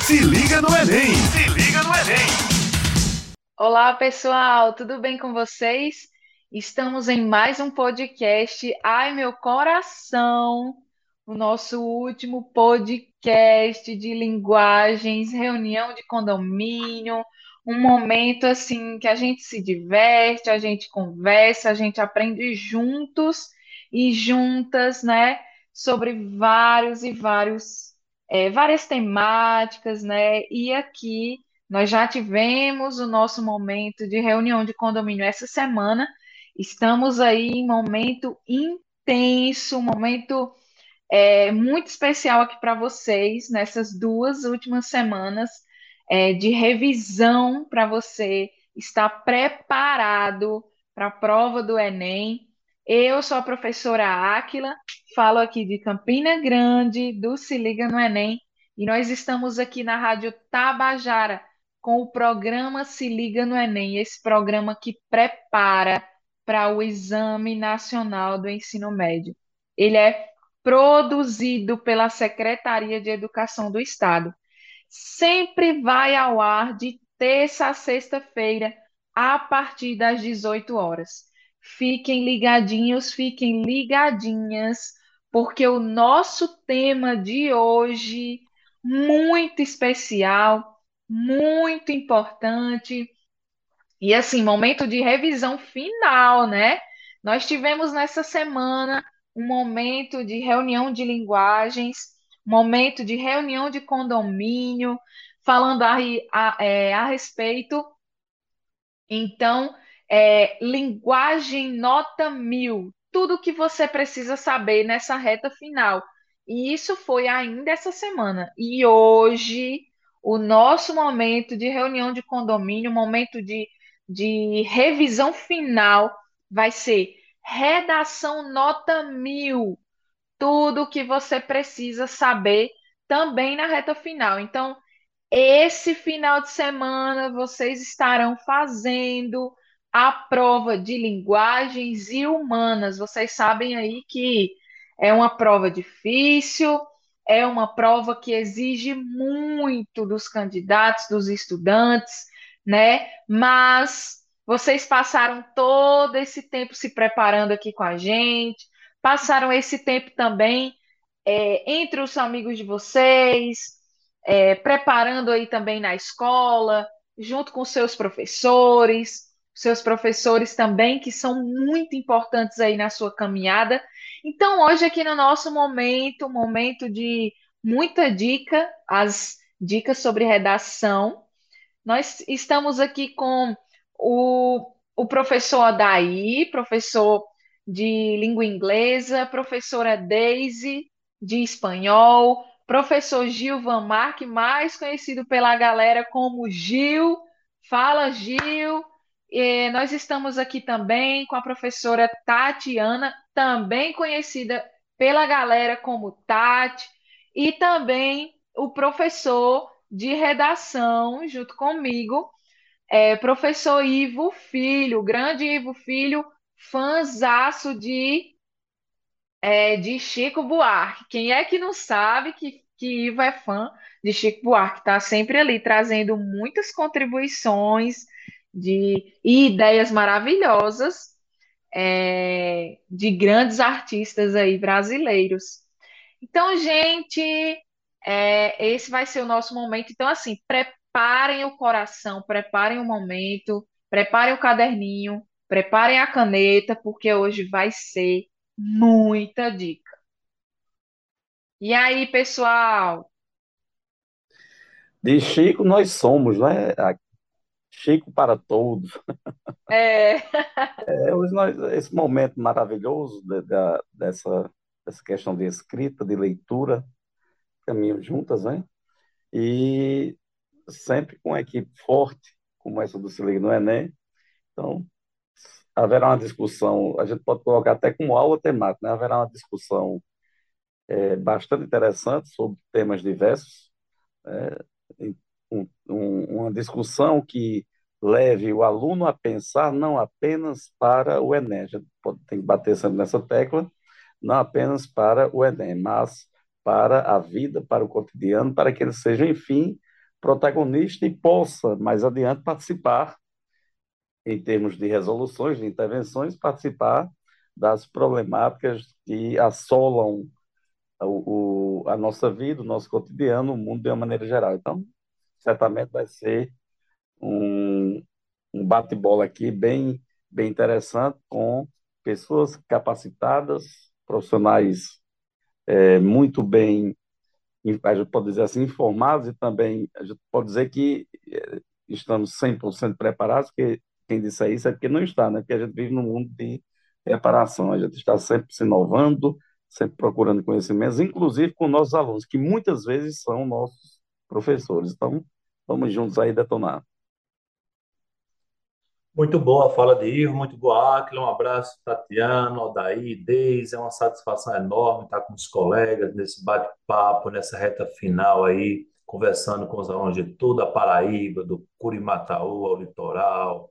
Se liga no Enem! Se liga no Enem! Olá, pessoal, tudo bem com vocês? Estamos em mais um podcast. Ai, meu coração! O nosso último podcast de linguagens, reunião de condomínio, um momento assim que a gente se diverte, a gente conversa, a gente aprende juntos e juntas, né, sobre várias temáticas, né? E aqui nós já tivemos o nosso momento de reunião de condomínio essa semana. Estamos aí em momento intenso, um momento muito especial aqui para vocês nessas 2 últimas semanas de revisão para você estar preparado para a prova do Enem. Eu sou a professora Áquila, falo aqui de Campina Grande, do Se Liga no Enem, e nós estamos aqui na Rádio Tabajara com o programa Se Liga no Enem, esse programa que prepara para o Exame Nacional do Ensino Médio. Ele é produzido pela Secretaria de Educação do Estado. Sempre vai ao ar de terça a sexta-feira, a partir das 18 horas. Fiquem ligadinhos, fiquem ligadinhas, porque o nosso tema de hoje, muito especial, muito importante, e assim, momento de revisão final, né? Nós tivemos nessa semana um momento de reunião de linguagens, momento de reunião de condomínio, falando a respeito, então, linguagem nota 1000, tudo que você precisa saber nessa reta final. E isso foi ainda essa semana. E hoje, o nosso momento de reunião de condomínio, momento de revisão final, vai ser redação nota 1000, tudo que você precisa saber também na reta final. Então, esse final de semana vocês estarão fazendo a prova de linguagens e humanas. Vocês sabem aí que é uma prova difícil, é uma prova que exige muito dos candidatos, dos estudantes, né? Mas vocês passaram todo esse tempo se preparando aqui com a gente, passaram esse tempo também entre os amigos de vocês, preparando aí também na escola, junto com seus professores também, que são muito importantes aí na sua caminhada. Então, hoje aqui no nosso momento, momento de muita dica, as dicas sobre redação, nós estamos aqui com o professor Adair, professor de língua inglesa, professora Daisy, de espanhol, professor Gil Van Mark, mais conhecido pela galera como Gil. Fala, Gil. E nós estamos aqui também com a professora Tatiana, também conhecida pela galera como Tati, e também o professor de redação, junto comigo, professor Ivo Filho, grande Ivo Filho, fãzaço de Chico Buarque. Quem é que não sabe que Ivo é fã de Chico Buarque? Está sempre ali trazendo muitas contribuições e ideias maravilhosas de grandes artistas aí brasileiros. Então, gente, esse vai ser o nosso momento. Então, assim, preparem o coração, preparem o momento, preparem o caderninho, preparem a caneta, porque hoje vai ser muita dica. E aí, pessoal? De Chico nós somos, né? Chico para todos. É, Esse momento maravilhoso dessa questão de escrita, de leitura, caminham juntas, né? E sempre com uma equipe forte, como essa do Se Liga no Enem. Então, haverá uma discussão, a gente pode colocar até como aula temática, né? Haverá uma discussão bastante interessante sobre temas diversos, né? Uma discussão que leve o aluno a pensar não apenas para o Enem, a gente tem que bater sempre nessa tecla, não apenas para o Enem, mas para a vida, para o cotidiano, para que ele seja, enfim, protagonista e possa, mais adiante, participar, em termos de resoluções, de intervenções, participar das problemáticas que assolam a nossa vida, o nosso cotidiano, o mundo de uma maneira geral. Então, certamente vai ser um, um bate-bola aqui bem interessante com pessoas capacitadas, profissionais muito bem, a gente pode dizer assim, informados e também a gente pode dizer que estamos 100% preparados, porque quem disse isso é porque não está, né? Porque a gente vive num mundo de preparação, a gente está sempre se inovando, sempre procurando conhecimentos, inclusive com nossos alunos, que muitas vezes são nossos professores. Então, vamos juntos aí detonar. Muito boa a fala de Ivo, muito boa, Aquila. Um abraço, Tatiana, Odaí, Deise. É uma satisfação enorme estar com os colegas nesse bate-papo, nessa reta final aí, conversando com os alunos de toda a Paraíba, do Curimataú ao litoral,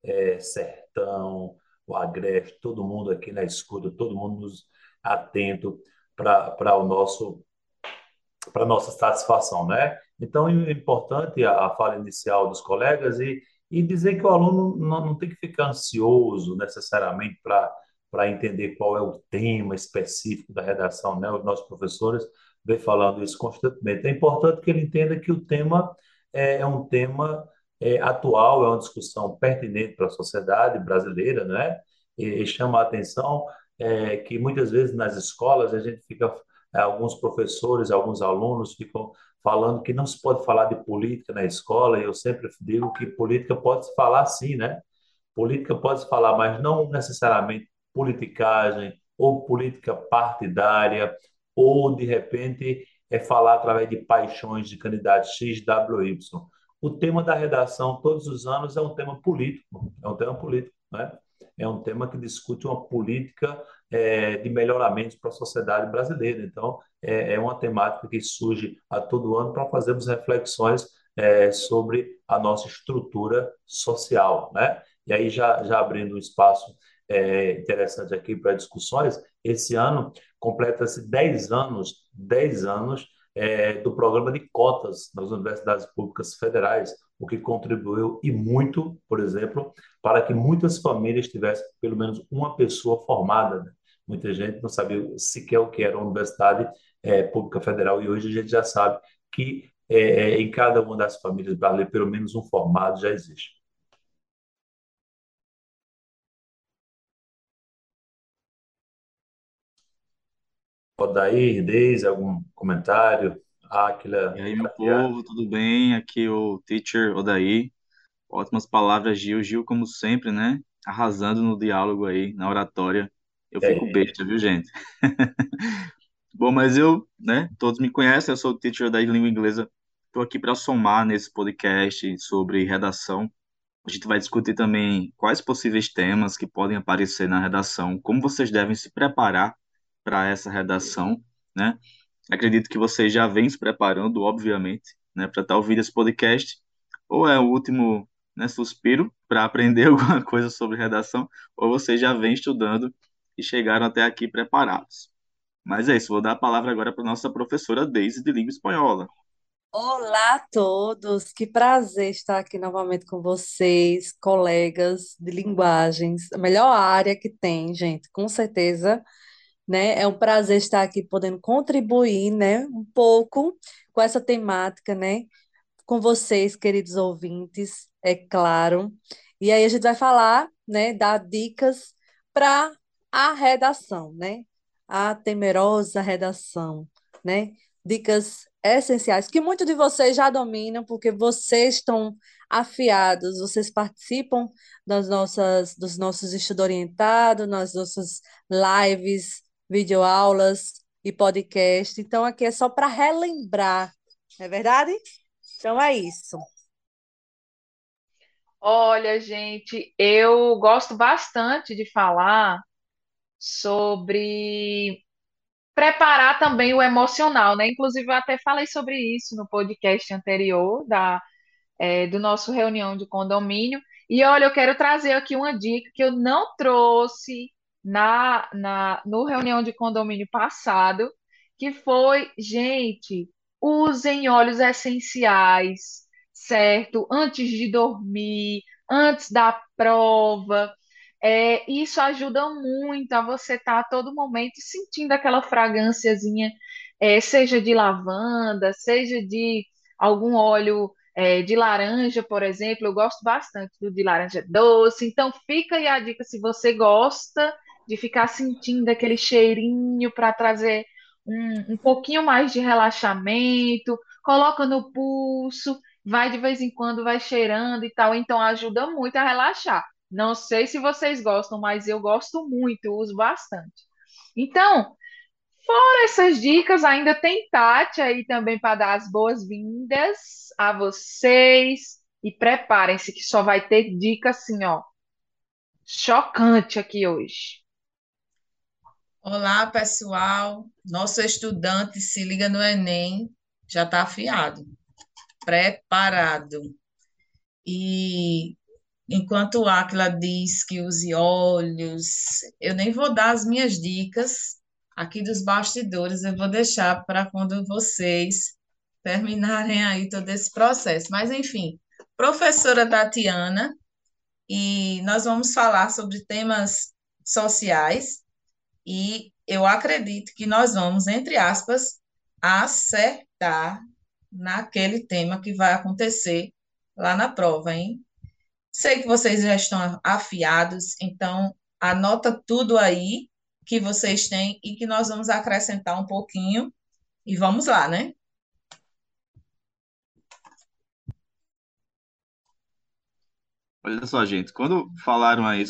Sertão, o Agreste, todo mundo aqui na escuta, todo mundo nos atento para o nosso para nossa satisfação, né? Então, é importante a fala inicial dos colegas e dizer que o aluno não tem que ficar ansioso necessariamente para entender qual é o tema específico da redação, né? Os nossos professores vêm falando isso constantemente. É importante que ele entenda que o tema é um tema atual, é uma discussão pertinente para a sociedade brasileira, né? E chama a atenção que muitas vezes nas escolas a gente fica alguns professores, alguns alunos ficam falando que não se pode falar de política na escola, e eu sempre digo que política pode se falar sim, né? Política pode se falar, mas não necessariamente politicagem ou política partidária, ou de repente falar através de paixões de candidato X, W, Y. O tema da redação todos os anos é um tema político, né? É um tema que discute uma política de melhoramentos para a sociedade brasileira. Então, é uma temática que surge a todo ano para fazermos reflexões sobre a nossa estrutura social, né? E aí, já abrindo um espaço interessante aqui para discussões, esse ano completa-se 10 anos do programa de cotas nas universidades públicas federais, o que contribuiu e muito, por exemplo, para que muitas famílias tivessem pelo menos uma pessoa formada, né? Muita gente não sabia sequer o que era uma universidade pública federal e hoje a gente já sabe que em cada uma das famílias brasileiras pelo menos um formado já existe. Odair, Deise, algum comentário? E Áquila, aí, meu Tatiana? povo, tudo bem? Aqui é o Teacher Odaí. Ótimas palavras, Gil. Gil, como sempre, né? Arrasando no diálogo aí, na oratória. Eu fico É, besta, viu, gente? Bom, mas eu, né? Todos me conhecem, eu sou o Teacher Odaí de língua inglesa. Estou aqui para somar nesse podcast sobre redação. A gente vai discutir também quais possíveis temas que podem aparecer na redação, como vocês devem se preparar para essa redação, né? Acredito que você já vem se preparando, obviamente, né, para estar ouvindo esse podcast, ou é o último, né, suspiro para aprender alguma coisa sobre redação, ou você já vem estudando e chegaram até aqui preparados. Mas é isso, vou dar a palavra agora para nossa professora Deise de língua espanhola. Olá a todos, que prazer estar aqui novamente com vocês, colegas de linguagens, a melhor área que tem, gente, com certeza, né? É um prazer estar aqui podendo contribuir, né, um pouco com essa temática, né, com vocês, queridos ouvintes, é claro. E aí a gente vai falar, né, dar dicas para a redação, né? A temerosa redação, né? Dicas essenciais que muitos de vocês já dominam, porque vocês estão afiados, vocês participam dos nossos estudos orientados, nas nossas lives, videoaulas e podcast. Então, aqui é só para relembrar, não é verdade? Então é isso. Olha, gente, eu gosto bastante de falar sobre preparar também o emocional, né? Inclusive, eu até falei sobre isso no podcast anterior do nosso reunião de condomínio. E olha, eu quero trazer aqui uma dica que eu não trouxe no reunião de condomínio passado, que foi, gente, usem óleos essenciais, certo? Antes de dormir, antes da prova. Isso ajuda muito a você estar a todo momento sentindo aquela fragrânciazinha, seja de lavanda, seja de algum óleo, de laranja, por exemplo. Eu gosto bastante do de laranja doce. Então, fica aí a dica se você gosta de ficar sentindo aquele cheirinho para trazer um pouquinho mais de relaxamento, coloca no pulso, vai de vez em quando, vai cheirando e tal, então ajuda muito a relaxar. Não sei se vocês gostam, mas eu gosto muito, eu uso bastante. Então, fora essas dicas, ainda tem Tati aí também para dar as boas-vindas a vocês. E preparem-se que só vai ter dica assim, ó, chocante aqui hoje. Olá, pessoal. Nosso estudante se liga no Enem, já está afiado, preparado. E enquanto a Aquila diz que use óleos, eu nem vou dar as minhas dicas aqui dos bastidores, eu vou deixar para quando vocês terminarem aí todo esse processo. Mas, enfim, professora Tatiana, e nós vamos falar sobre temas sociais e eu acredito que nós vamos, entre aspas, acertar naquele tema que vai acontecer lá na prova, hein? Sei que vocês já estão afiados, então anota tudo aí que vocês têm e que nós vamos acrescentar um pouquinho e vamos lá, né? Olha só, gente, quando falaram aí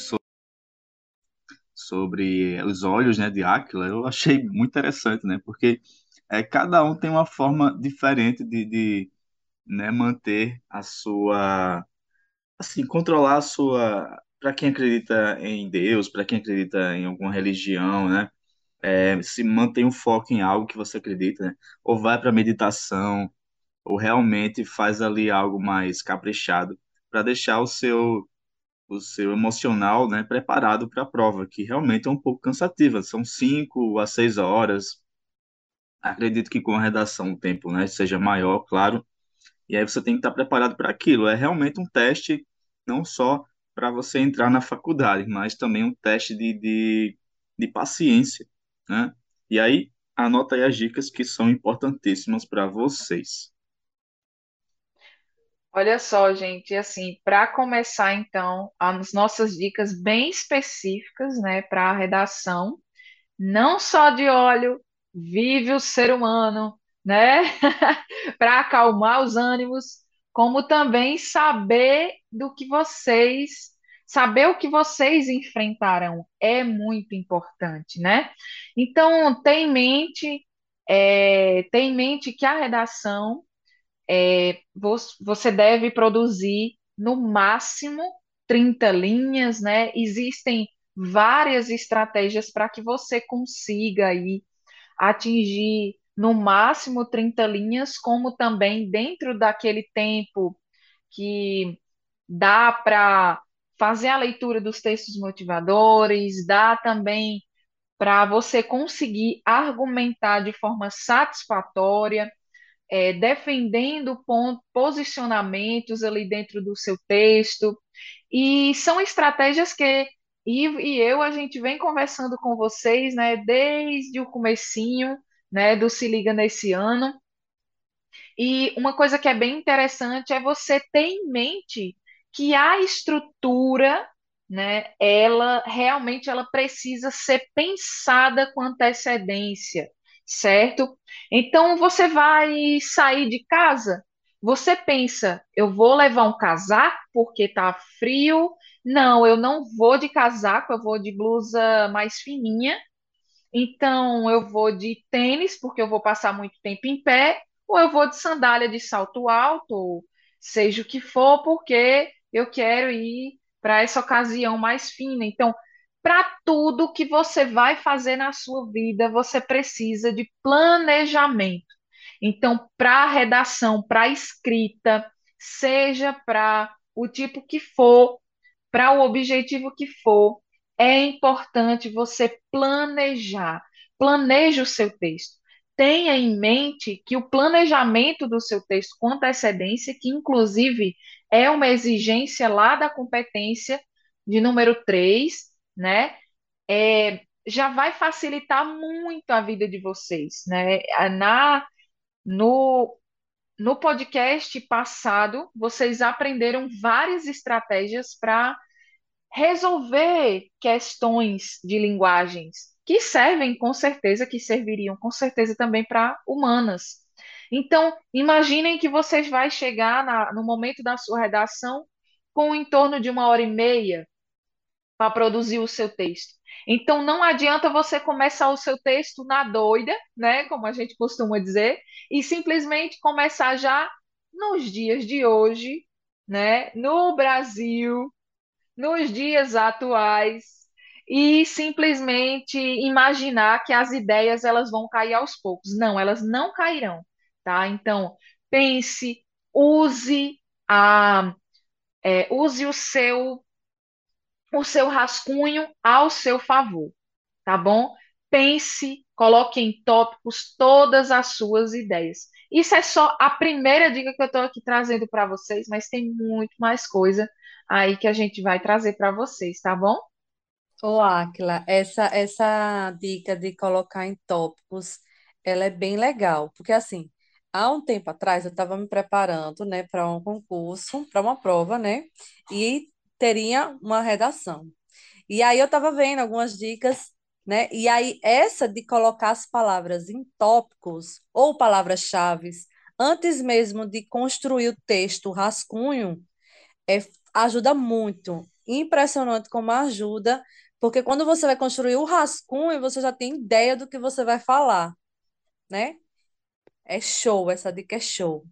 sobre os olhos, né, de Áquila, eu achei muito interessante, né, porque cada um tem uma forma diferente de, né, manter a sua, assim, controlar a sua, para quem acredita em Deus, para quem acredita em alguma religião, né, se mantém um foco em algo que você acredita, né, ou vai para meditação, ou realmente faz ali algo mais caprichado, para deixar o seu emocional, né, preparado para a prova, que realmente é um pouco cansativa. São 5 a 6 horas. Acredito que com a redação o tempo, né, seja maior, claro. E aí você tem que estar preparado para aquilo. É realmente um teste não só para você entrar na faculdade, mas também um teste de paciência, né? E aí, anota aí as dicas que são importantíssimas para vocês. Olha só, gente, assim, para começar então, as nossas dicas bem específicas, né, para a redação, não só de óleo vive o ser humano, né, para acalmar os ânimos, como também saber o que vocês enfrentarão é muito importante, né? Então, tenha em mente que a redação você deve produzir no máximo 30 linhas, né? Existem várias estratégias para que você consiga aí atingir no máximo 30 linhas, como também dentro daquele tempo que dá para fazer a leitura dos textos motivadores, dá também para você conseguir argumentar de forma satisfatória, defendendo posicionamentos ali dentro do seu texto. E são estratégias que a gente vem conversando com vocês, né, desde o comecinho, né, do Se Liga Nesse Ano. E uma coisa que é bem interessante é você ter em mente que a estrutura, né, ela precisa ser pensada com antecedência, certo? Então você vai sair de casa, você pensa, eu vou levar um casaco porque tá frio? Não, eu não vou de casaco, eu vou de blusa mais fininha, então, eu vou de tênis, porque eu vou passar muito tempo em pé, ou eu vou de sandália de salto alto, ou seja o que for, porque eu quero ir para essa ocasião mais fina. Então, para tudo que você vai fazer na sua vida, você precisa de planejamento. Então, para a redação, para a escrita, seja para o tipo que for, para o objetivo que for, é importante você planejar. Planeje o seu texto. tenha em mente que o planejamento do seu texto com antecedência, que inclusive é uma exigência lá da competência de número 3, né? Já vai facilitar muito a vida de vocês, né? No, no podcast passado, vocês aprenderam várias estratégias para resolver questões de linguagens que servem com certeza, que serviriam com certeza também para humanas. Então, imaginem que vocês vai chegar no momento da sua redação com em torno de 1 hora e meia para produzir o seu texto. Então, não adianta você começar o seu texto na doida, né, como a gente costuma dizer, e simplesmente começar já nos dias de hoje, né, no Brasil, nos dias atuais, e simplesmente imaginar que as ideias elas vão cair aos poucos. Não, elas não cairão, tá? Então, pense, use use o seu rascunho ao seu favor, tá bom? Pense, coloque em tópicos todas as suas ideias. Isso é só a primeira dica que eu estou aqui trazendo para vocês, mas tem muito mais coisa aí que a gente vai trazer para vocês, tá bom? Ô, Aquila, essa dica de colocar em tópicos, ela é bem legal, porque assim, há um tempo atrás eu estava me preparando, né, para um concurso, para uma prova, né, e teria uma redação. E aí eu estava vendo algumas dicas, né, e aí essa de colocar as palavras em tópicos ou palavras-chave, antes mesmo de construir o texto, o rascunho, é, ajuda muito. Impressionante como ajuda, porque quando você vai construir o rascunho, você já tem ideia do que você vai falar, né? É show, essa dica é show.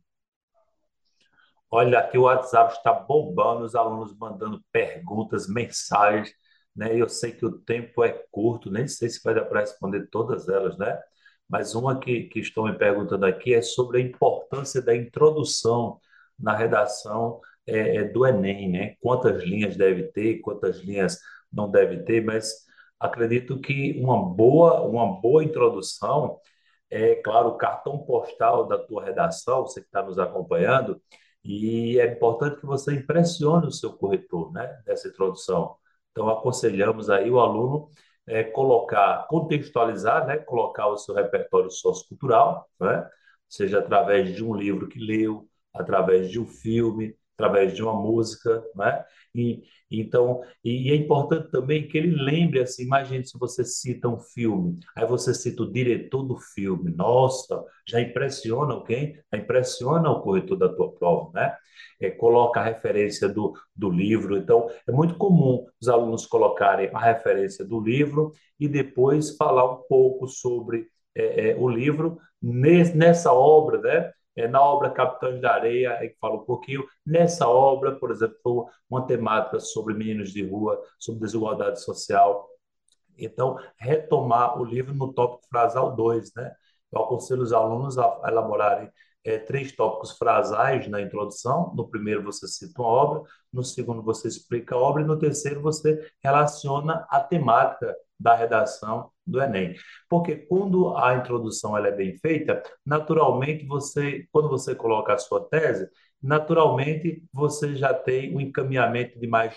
Olha, aqui o WhatsApp está bombando, os alunos mandando perguntas, mensagens, né? E eu sei que o tempo é curto, nem sei se vai dar para responder todas elas, né? Mas uma que estão me perguntando aqui é sobre a importância da introdução na redação do Enem, né? Quantas linhas deve ter, quantas linhas não deve ter, mas acredito que uma boa introdução é, claro, o cartão postal da tua redação, você que está nos acompanhando, e é importante que você impressione o seu corretor, né, nessa introdução. Então, aconselhamos aí o aluno colocar, contextualizar, né, colocar o seu repertório sociocultural, né, seja através de um livro que leu, através de um filme, através de uma música, né? E então, é importante também que ele lembre assim, imagine se você cita um filme, aí você cita o diretor do filme, nossa, já impressiona quem? Já impressiona o corretor da tua prova, né? Coloca a referência do livro, então é muito comum os alunos colocarem a referência do livro e depois falar um pouco sobre o livro nessa obra, né? Na obra Capitães da Areia, é que fala um pouquinho. Nessa obra, por exemplo, uma temática sobre meninos de rua, sobre desigualdade social. Então, retomar o livro no tópico frasal 2, né? Eu aconselho os alunos a elaborarem 3 tópicos frasais na introdução. No primeiro, você cita uma obra, no segundo, você explica a obra, e no terceiro, você relaciona a temática da redação do Enem. Porque quando a introdução ela é bem feita, naturalmente, quando você coloca a sua tese, naturalmente você já tem o encaminhamento de mais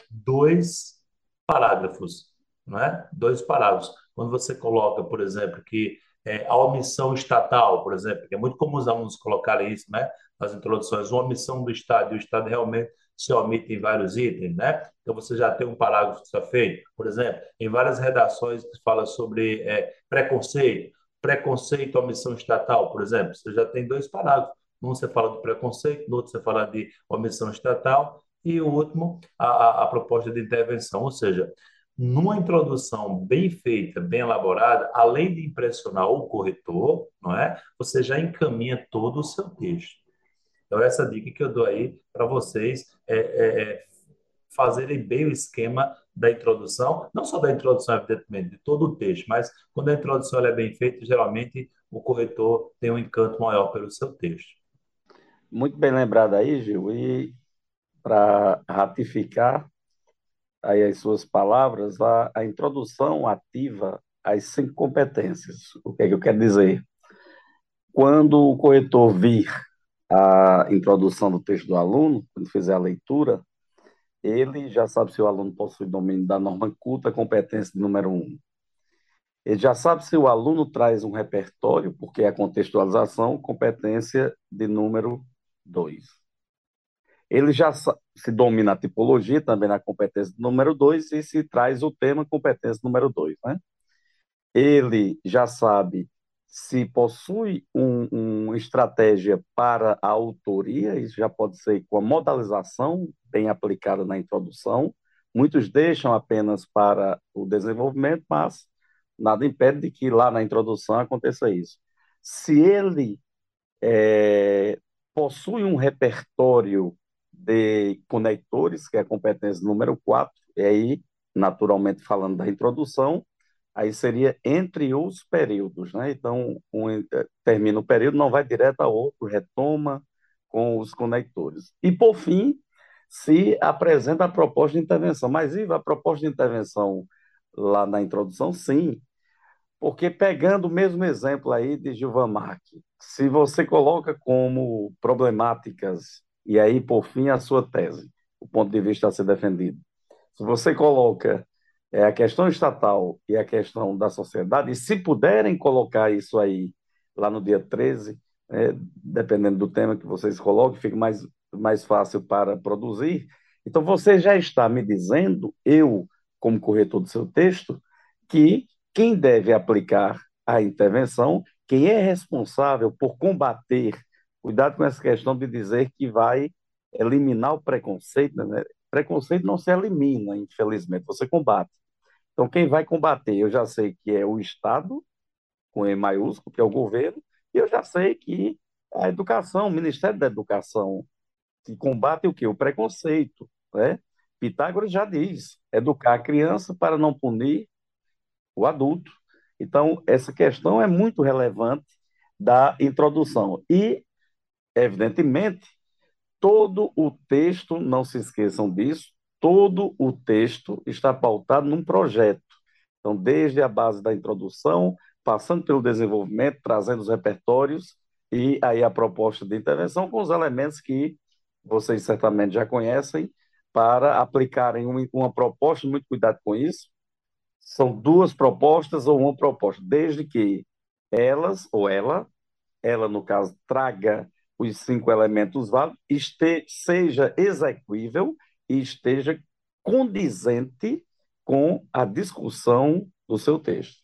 2 parágrafos, não é? 2 parágrafos. Quando você coloca, por exemplo, que a omissão estatal, por exemplo, que é muito comum os alunos colocarem isso, né? Nas introduções, uma omissão do Estado, e o Estado realmente se omite em vários itens, né? Então você já tem um parágrafo que está feito, por exemplo, em várias redações que fala sobre preconceito, omissão estatal, por exemplo, você já tem 2 parágrafos. Um você fala do preconceito, no outro você fala de omissão estatal, e o último, a proposta de intervenção. Ou seja, numa introdução bem feita, bem elaborada, além de impressionar o corretor, não é? Você já encaminha todo o seu texto. Então, essa dica que eu dou aí para vocês fazerem bem o esquema da introdução, não só da introdução, evidentemente, de todo o texto, mas quando a introdução ela é bem feita, geralmente o corretor tem um encanto maior pelo seu texto. Muito bem lembrado aí, Gil. E para ratificar aí as suas palavras, a introdução ativa às 5 competências. O que é que eu quero dizer? Quando o corretor vir a introdução do texto do aluno, quando fizer a leitura, ele já sabe se o aluno possui domínio da norma culta, competência de número um. Ele já sabe se o aluno traz um repertório, porque é a contextualização, competência de número 2. Ele já se domina a tipologia, também na competência de número 2, e se traz o tema, competência número 2, né? Ele já sabe se possui uma estratégia para a autoria, isso já pode ser com a modalização bem aplicada na introdução. Muitos deixam apenas para o desenvolvimento, mas nada impede de que lá na introdução aconteça isso. Se ele possui um repertório de conectores, que é a competência número 4, e aí, naturalmente falando da introdução, aí seria entre os períodos, né? Então, termina o período, não vai direto ao outro, retoma com os conectores. E, por fim, se apresenta a proposta de intervenção. Mas, Iva, a proposta de intervenção lá na introdução, sim, porque pegando o mesmo exemplo aí de Gilvan Mark, se você coloca como problemáticas, e aí, por fim, a sua tese, o ponto de vista a ser defendido, se você coloca a questão estatal e a questão da sociedade, e se puderem colocar isso aí lá no dia 13, dependendo do tema que vocês coloquem, fica mais fácil para produzir. Então, você já está me dizendo, eu, como corretor do seu texto, que quem deve aplicar a intervenção, quem é responsável por combater, cuidado com essa questão de dizer que vai eliminar o preconceito, né? Preconceito não se elimina, infelizmente, você combate. Então, quem vai combater, eu já sei que é o Estado, com E maiúsculo, que é o governo, e eu já sei que a educação, o Ministério da Educação, que combate o quê? O preconceito, né? Pitágoras já diz, educar a criança para não punir o adulto. Então, essa questão é muito relevante da introdução. E, evidentemente, todo o texto, não se esqueçam disso, todo o texto está pautado num projeto. Então, desde a base da introdução, passando pelo desenvolvimento, trazendo os repertórios e aí a proposta de intervenção com os elementos que vocês certamente já conhecem para aplicarem uma proposta, muito cuidado com isso. São duas propostas ou uma proposta, desde que elas ou ela no caso, traga os 5 elementos válidos, seja execuível e esteja condizente com a discussão do seu texto.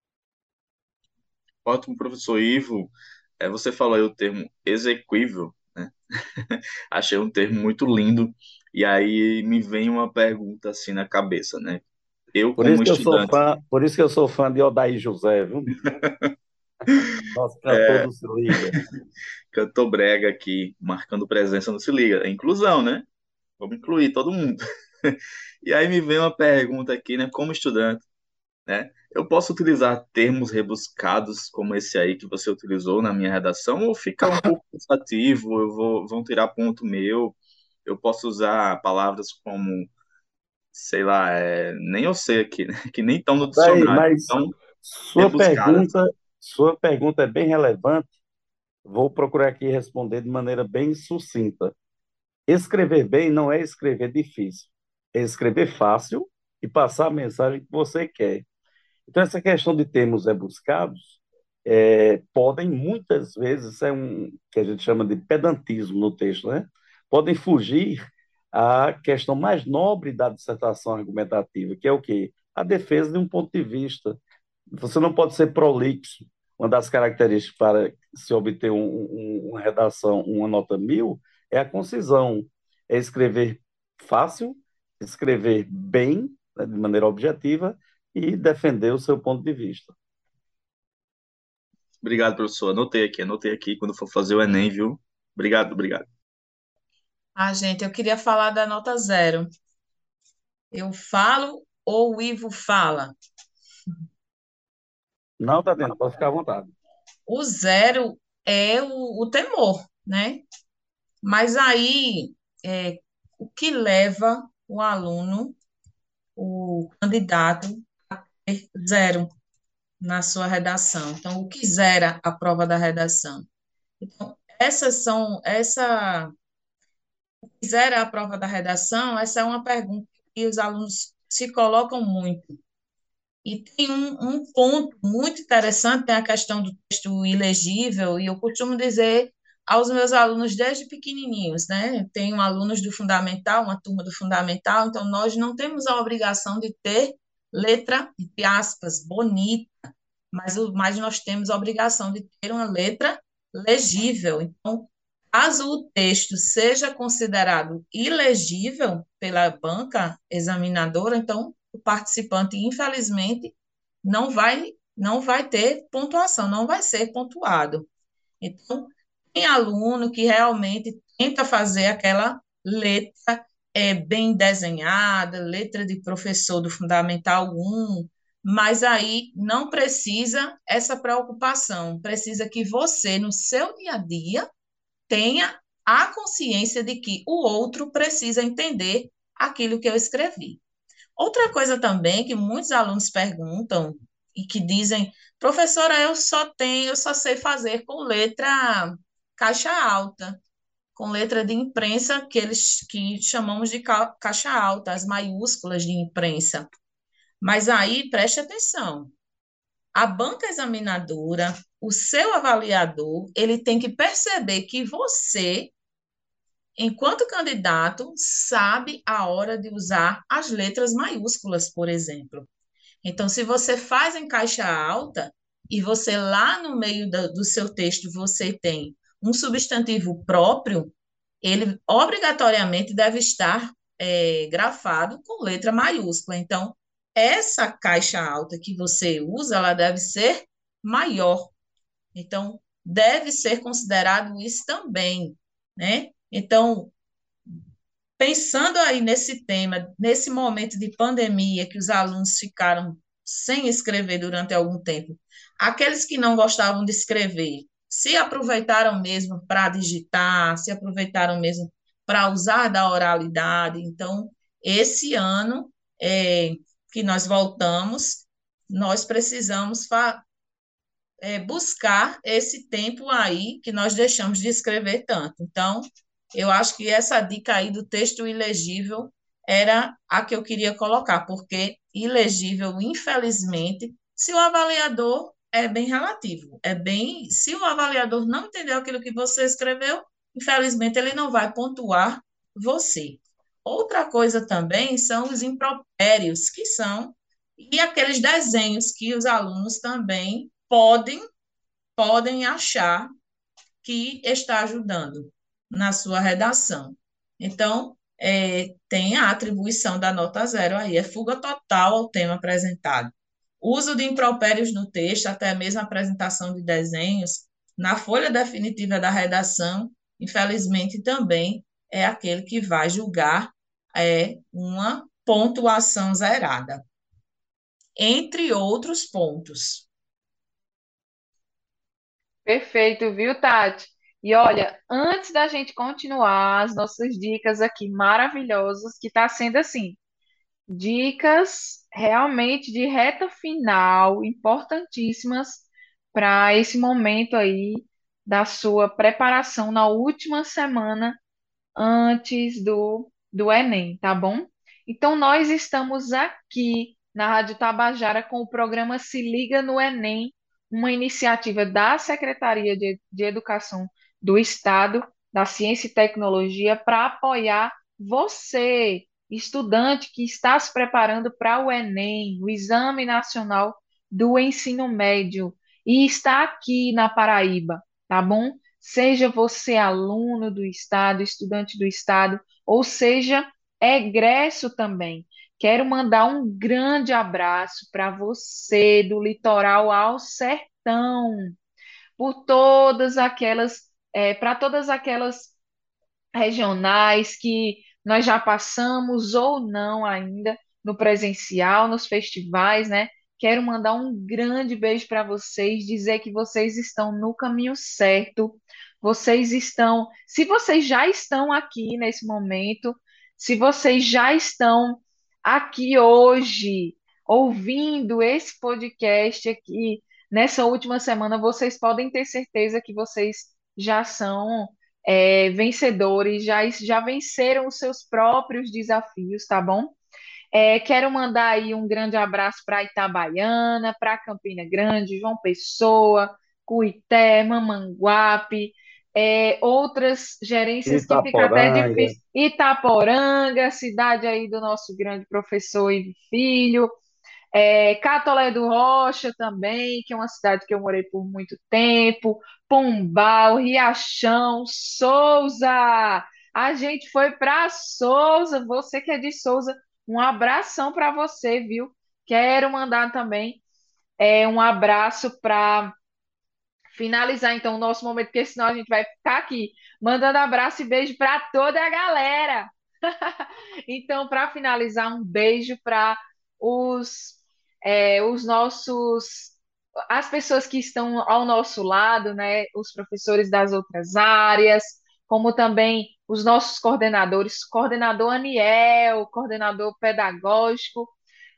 Ótimo, professor Ivo. Você falou aí o termo execuível, né? Achei um termo muito lindo. E aí me vem uma pergunta assim na cabeça, né? Eu, Por como isso que eu sou estudante, fã, por isso que eu sou fã de Odair José, viu? Nosso cantor é, do Se Liga. cantor brega aqui, marcando presença no Se Liga. É inclusão, né? Vamos incluir todo mundo. E aí me vem uma pergunta aqui, né? Como estudante, né? Eu posso utilizar termos rebuscados como esse aí que você utilizou na minha redação ou fica um pouco cansativo? Vão tirar ponto meu? Eu posso usar palavras como, sei lá, nem eu sei aqui, né? Que nem estão no Daí, dicionário. mas Então, sua rebuscadas. pergunta, sua pergunta é bem relevante. Vou procurar aqui responder de maneira bem sucinta. Escrever bem não é escrever difícil, é escrever fácil e passar a mensagem que você quer. Então, essa questão de termos rebuscados podem muitas vezes ser que a gente chama de pedantismo no texto, né? Podem fugir à questão mais nobre da dissertação argumentativa, que é o quê? A defesa de um ponto de vista. Você não pode ser prolixo. Uma das características para se obter uma redação, uma nota 1000, é a concisão. É escrever fácil, escrever bem, né, de maneira objetiva, e defender o seu ponto de vista. Obrigado, professor. Anotei aqui quando for fazer o Enem, viu? Obrigado, obrigado. Ah, gente, eu queria falar da nota 0. Eu falo ou o Ivo fala? Não, tá dentro, pode ficar à vontade. O 0 é o temor, né? Mas aí, o que leva o aluno, o candidato, a ter 0? na sua redação. Então, o que zera a prova da redação? Então, essas são, essa, o que zera a prova da redação, essa é uma pergunta que os alunos se colocam muito. E tem um ponto muito interessante, tem a questão do texto ilegível, e eu costumo dizer aos meus alunos desde pequenininhos, né? Eu tenho alunos do fundamental, uma turma do fundamental, então nós não temos a obrigação de ter letra, entre aspas, bonita, mas nós temos a obrigação de ter uma letra legível. Então, caso o texto seja considerado ilegível pela banca examinadora, então o participante, infelizmente, não vai ter pontuação, não vai ser pontuado. Então, tem aluno que realmente tenta fazer aquela letra bem desenhada, letra de professor do Fundamental 1, mas aí não precisa essa preocupação, precisa que você, no seu dia a dia, tenha a consciência de que o outro precisa entender aquilo que eu escrevi. Outra coisa também que muitos alunos perguntam e que dizem, professora, eu só sei fazer com letra caixa alta, com letra de imprensa que chamamos de caixa alta, as maiúsculas de imprensa. Mas aí preste atenção. A banca examinadora, o seu avaliador, ele tem que perceber que você, enquanto candidato, sabe a hora de usar as letras maiúsculas, por exemplo. Então, se você faz em caixa alta e você lá no meio do seu texto você tem um substantivo próprio, ele obrigatoriamente deve estar grafado com letra maiúscula. Então, essa caixa alta que você usa, ela deve ser maior. Então, deve ser considerado isso também, né? Então, pensando aí nesse tema, nesse momento de pandemia que os alunos ficaram sem escrever durante algum tempo, aqueles que não gostavam de escrever, se aproveitaram mesmo para digitar, se aproveitaram mesmo para usar da oralidade. Então, esse ano que nós voltamos, nós precisamos buscar esse tempo aí que nós deixamos de escrever tanto. Então, eu acho que essa dica aí do texto ilegível era a que eu queria colocar, porque ilegível, infelizmente, se o avaliador é bem relativo, se o avaliador não entendeu aquilo que você escreveu, infelizmente ele não vai pontuar você. Outra coisa também são os impropérios, e aqueles desenhos que os alunos também podem achar que está ajudando na sua redação. Então, tem a atribuição da nota zero aí, é fuga total ao tema apresentado. Uso de impropérios no texto, até mesmo a apresentação de desenhos, na folha definitiva da redação, infelizmente também é aquele que vai julgar uma pontuação zerada, entre outros pontos. Perfeito, viu, Tati? E olha, antes da gente continuar as nossas dicas aqui maravilhosas, que está sendo assim, dicas realmente de reta final, importantíssimas para esse momento aí da sua preparação na última semana antes do Enem, tá bom? Então, nós estamos aqui na Rádio Tabajara com o programa Se Liga no Enem, uma iniciativa da Secretaria de Educação do Estado, da Ciência e Tecnologia, para apoiar você, estudante que está se preparando para o Enem, o Exame Nacional do Ensino Médio, e está aqui na Paraíba, tá bom? Seja você aluno do Estado, estudante do Estado, ou seja, egresso também. Quero mandar um grande abraço para você do litoral ao sertão, por todas aquelas, para todas aquelas regionais que nós já passamos ou não ainda no presencial, nos festivais, né? Quero mandar um grande beijo para vocês, dizer que vocês estão no caminho certo. Vocês estão, se vocês já estão aqui nesse momento, se vocês já estão aqui hoje, ouvindo esse podcast aqui nessa última semana, vocês podem ter certeza que vocês já são vencedores, já venceram os seus próprios desafios, tá bom? Quero mandar aí um grande abraço para Itabaiana, para Campina Grande, João Pessoa, Cuité, Mamanguape, outras gerências que fica até Itaporanga, difícil. Itaporanga, cidade aí do nosso grande professor Ivo Filho. Catolé do Rocha também, que é uma cidade que eu morei por muito tempo. Pombal, Riachão, Souza. A gente foi para Souza. Você que é de Souza, um abração para você, viu? Quero mandar também um abraço para finalizar então o nosso momento, porque senão a gente vai ficar aqui mandando abraço e beijo para toda a galera. Então, para finalizar, um beijo para os, os nossos, as pessoas que estão ao nosso lado, né? Os professores das outras áreas, como também os nossos coordenadores, coordenador Aniel, coordenador pedagógico,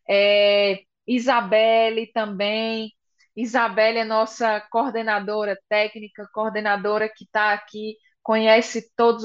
Isabelle também. Isabelle é nossa coordenadora técnica, coordenadora que está aqui, conhece todos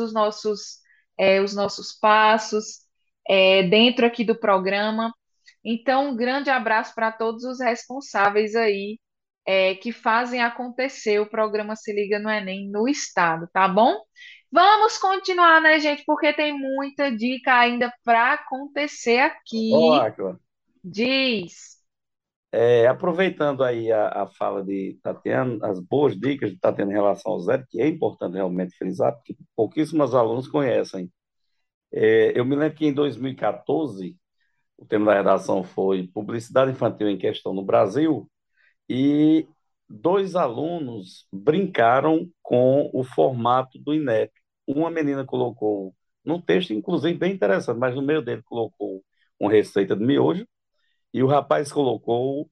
os nossos passos dentro aqui do programa. Então, um grande abraço para todos os responsáveis aí que fazem acontecer o programa Se Liga no Enem no estado, tá bom? Vamos continuar, né, gente? Porque tem muita dica ainda para acontecer ó, aqui. Aquila, Diz. aproveitando aí a fala de Tatiana, as boas dicas de Tatiana em relação ao zero, que é importante realmente frisar, porque pouquíssimos alunos conhecem. Eu me lembro que em 2014, o tema da redação foi Publicidade Infantil em Questão no Brasil, e dois alunos brincaram com o formato do INEP. Uma menina colocou, num texto, inclusive, bem interessante, mas no meio dele colocou uma receita de miojo, e o rapaz colocou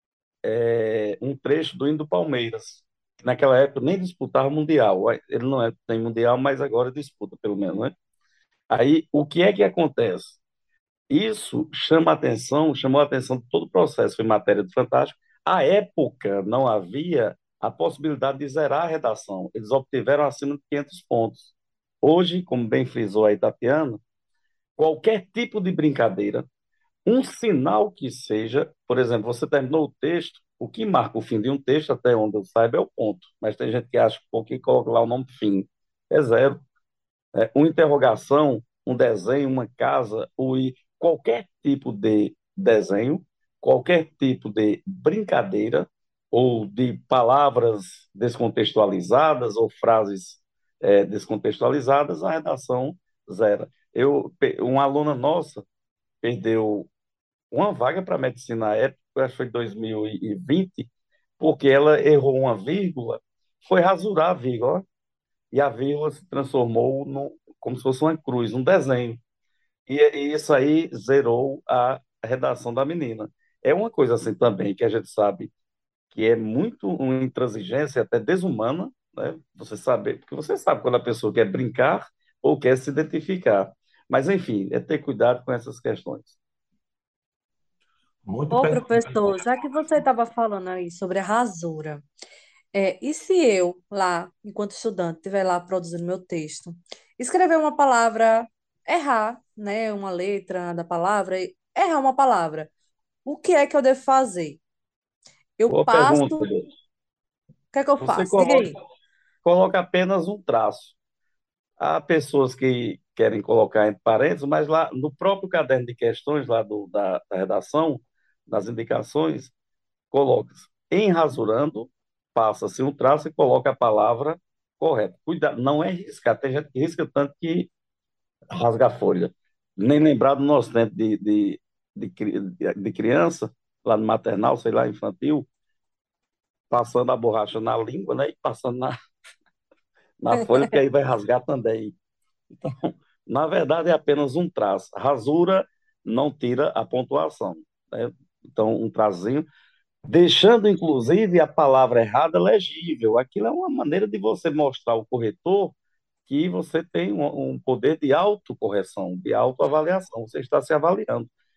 um trecho do hino do Palmeiras, que naquela época nem disputava Mundial. Ele não tem Mundial, mas agora disputa, pelo menos, né? Aí, o que é que acontece? Isso chamou a atenção de todo o processo, foi matéria do Fantástico. À época, não havia a possibilidade de zerar a redação. Eles obtiveram acima de 500 pontos. Hoje, como bem frisou aí Tatiana, qualquer tipo de brincadeira, um sinal que seja, por exemplo, você terminou o texto, o que marca o fim de um texto, até onde eu saiba, é o ponto. Mas tem gente que acha que pouquinho coloca lá o nome fim. É zero. Uma interrogação, um desenho, uma casa, qualquer tipo de desenho, qualquer tipo de brincadeira ou de palavras descontextualizadas ou frases descontextualizadas, a redação zero. Uma aluna nossa perdeu uma vaga para medicina na época, acho que foi 2020, porque ela errou uma vírgula, foi rasurar a vírgula, e a vírgula se transformou como se fosse uma cruz, um desenho. E isso aí zerou a redação da menina. É uma coisa assim também que a gente sabe que é muito uma intransigência até desumana, né? Você sabe, porque você sabe quando a pessoa quer brincar ou quer se identificar. Mas, enfim, é ter cuidado com essas questões. Muito Ô, pertinente. professor, já que você estava falando aí sobre a rasura, e se eu, lá, enquanto estudante, estiver lá produzindo meu texto, escrever uma palavra, errar, né, uma letra da palavra, errar uma palavra, o que é que eu devo fazer? Eu Boa passo, pergunta, o Deus. que é que eu Você faço? Diga aí. coloca apenas um traço. Há pessoas que querem colocar entre parênteses, mas lá no próprio caderno de questões lá da redação, das indicações, coloca-se em rasurando, passa-se um traço e coloca a palavra correta. Cuidado, não é riscar. Tem gente que risca tanto que rasga a folha. Nem lembrar do nosso tempo de criança, lá no maternal, sei lá, infantil, passando a borracha na língua, né? E passando na folha, porque aí vai rasgar também. Então, na verdade, é apenas um traço. Rasura não tira a pontuação, né? Então, um trazinho, deixando inclusive a palavra errada legível. Aquilo é uma maneira de você mostrar ao corretor que você tem um poder de autocorreção, de autoavaliação. Você está se avaliando.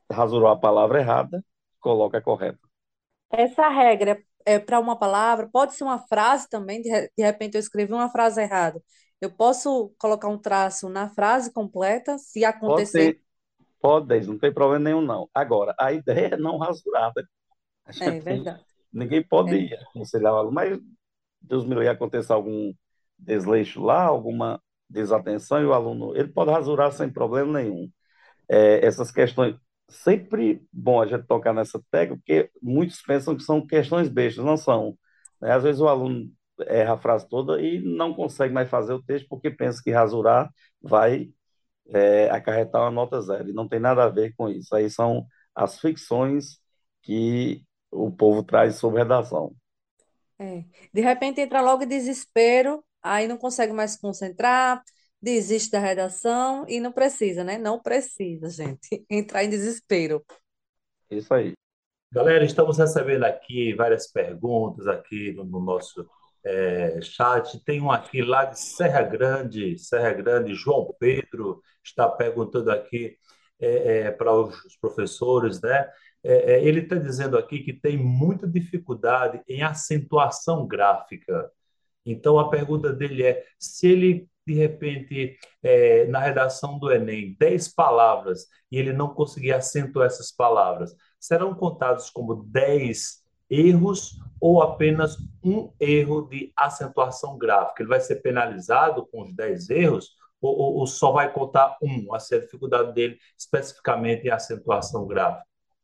rasurou a palavra errada, coloca a correta. Essa regra é para uma palavra, pode ser uma frase também, de repente eu escrevi uma frase errada. Eu posso colocar um traço na frase completa, se Pode acontecer. ter, pode, não tem problema nenhum, não. Agora, a ideia é não rasurar, né? A É gente, verdade. ninguém pode É. aconselhar o aluno, mas Deus me livre, aconteça algum desleixo lá, alguma desatenção, e o aluno, ele pode rasurar sem problema nenhum. Essas questões, sempre bom a gente tocar nessa tecla, porque muitos pensam que são questões bestas, não são, né? Às vezes o aluno erra a frase toda e não consegue mais fazer o texto porque pensa que rasurar vai acarretar uma nota zero, e não tem nada a ver com isso. Aí são as ficções que o povo traz sobre redação. É. De repente entra logo em desespero, aí não consegue mais se concentrar, desiste da redação e não precisa, né? Não precisa, gente, entrar em desespero. Isso aí. Galera, estamos recebendo aqui várias perguntas aqui no nosso chat. Tem um aqui lá de Serra Grande, João Pedro está perguntando aqui para os professores, né? Ele está dizendo aqui que tem muita dificuldade em acentuação gráfica. Então, a pergunta dele é: se ele, de repente, na redação do Enem, 10 palavras e ele não conseguir acentuar essas palavras, serão contados como 10 erros ou apenas um erro de acentuação gráfica? Ele vai ser penalizado com os 10 erros ou só vai contar um, a ser a dificuldade dele especificamente em acentuação gráfica?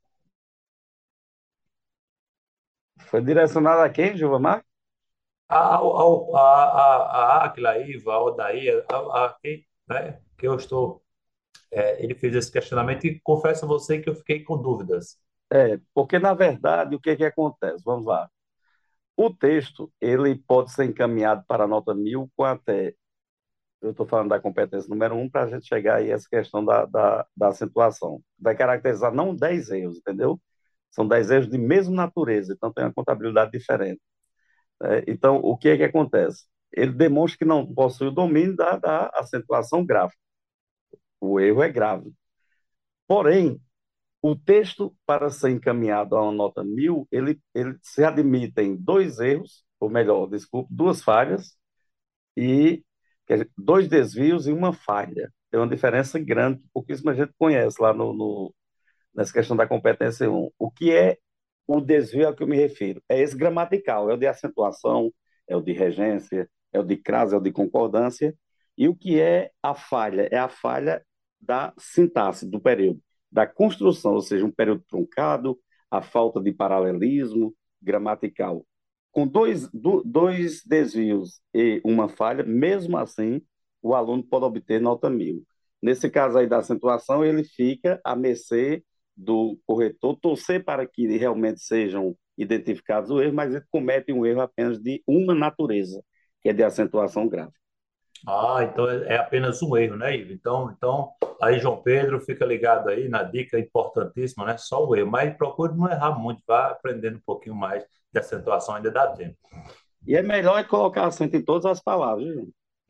Foi direcionado a quem, Gilmar? A Áquila, a Iva, a Odair, quem, né, que eu estou. Ele fez esse questionamento e confesso a você que eu fiquei com dúvidas. Porque, na verdade, o que que acontece? Vamos lá. O texto, ele pode ser encaminhado para a nota 1000 com até, eu estou falando da competência número 1, para a gente chegar aí a essa questão da acentuação. Vai caracterizar não 10 erros, entendeu? São 10 erros de mesma natureza, então tem uma contabilidade diferente. Então, o que é que acontece? Ele demonstra que não possui o domínio da acentuação gráfica. O erro é grave. Porém, o texto, para ser encaminhado a uma nota 1000, ele se admitem dois erros, ou melhor, desculpe, duas falhas, e quer dizer, dois desvios e uma falha. Tem uma diferença grande, que pouquíssima gente conhece lá nessa questão da competência 1. O que é o desvio ao que eu me refiro? É esse gramatical, é o de acentuação, é o de regência, é o de crase, é o de concordância. E o que é a falha? É a falha da sintaxe do período, da construção, ou seja, um período truncado, a falta de paralelismo gramatical. Com dois desvios e uma falha, mesmo assim, o aluno pode obter nota 1000. Nesse caso aí da acentuação, ele fica à mercê do corretor, torcer para que realmente sejam identificados o erro, mas ele comete um erro apenas de uma natureza, que é de acentuação grave. Então é apenas um erro, né, Ivo? Então, aí, João Pedro, fica ligado aí na dica importantíssima, né? Só o erro, mas procure não errar muito, vá aprendendo um pouquinho mais de acentuação, ainda dá tempo. E é melhor colocar acento em todas as palavras, viu?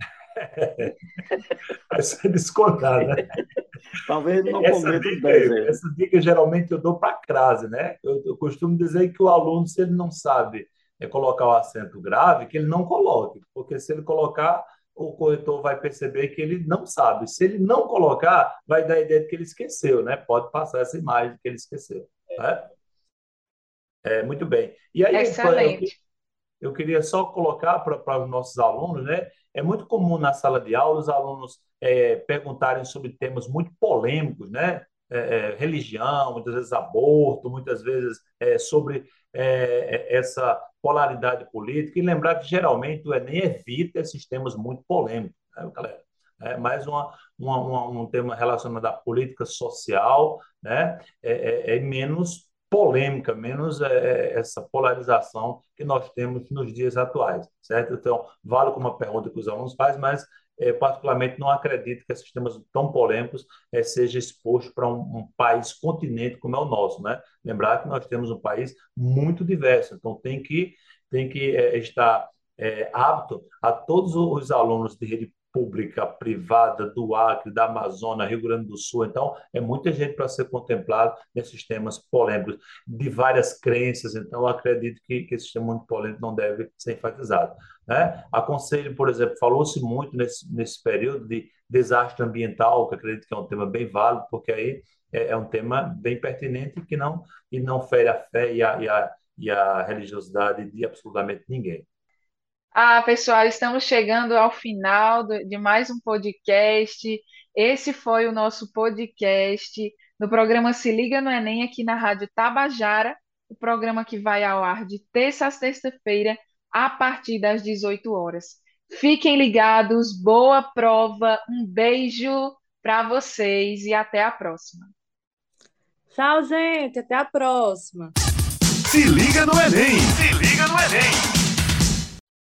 Vai ser descontado, né? Talvez ele não Essa cometa os dica, 10 erros. essa dica geralmente eu dou para crase, né? Eu costumo dizer que o aluno, se ele não sabe colocar o acento grave, que ele não coloque, porque se ele colocar, o corretor vai perceber que ele não sabe. Se ele não colocar, vai dar a ideia de que ele esqueceu, né? Pode passar essa imagem de que ele esqueceu, né? Muito bem. E aí, Excelente. eu queria só colocar para os nossos alunos, né? É muito comum na sala de aula os alunos perguntarem sobre temas muito polêmicos, né? Religião, muitas vezes aborto, muitas vezes sobre essa polaridade política, e lembrar que geralmente o Enem evita esses temas muito polêmicos, né, galera? É mais um tema relacionado à política social, né? Menos polêmica, menos essa polarização que nós temos nos dias atuais, certo? Então, vale como uma pergunta que os alunos fazem, mas particularmente não acredito que esses temas tão polêmicos seja exposto para um país, continente como é o nosso, né? Lembrar que nós temos um país muito diverso, então tem que estar apto a todos os alunos de rede pública, privada, do Acre, da Amazônia, Rio Grande do Sul. Então, é muita gente para ser contemplado nesses temas polêmicos, de várias crenças. Então, eu acredito que esse tema muito polêmico não deve ser enfatizado, né? Aconselho, por exemplo, falou-se muito nesse período de desastre ambiental, que eu acredito que é um tema bem válido, porque aí é um tema bem pertinente e não fere a fé e a religiosidade de absolutamente ninguém. Ah, pessoal, estamos chegando ao final de mais um podcast. Esse foi o nosso podcast do programa Se Liga no Enem, aqui na Rádio Tabajara, o programa que vai ao ar de terça a sexta-feira, a partir das 18 horas. Fiquem ligados, boa prova, um beijo para vocês e até a próxima. Tchau, gente. Até a próxima. Se liga no Enem! Se liga no Enem!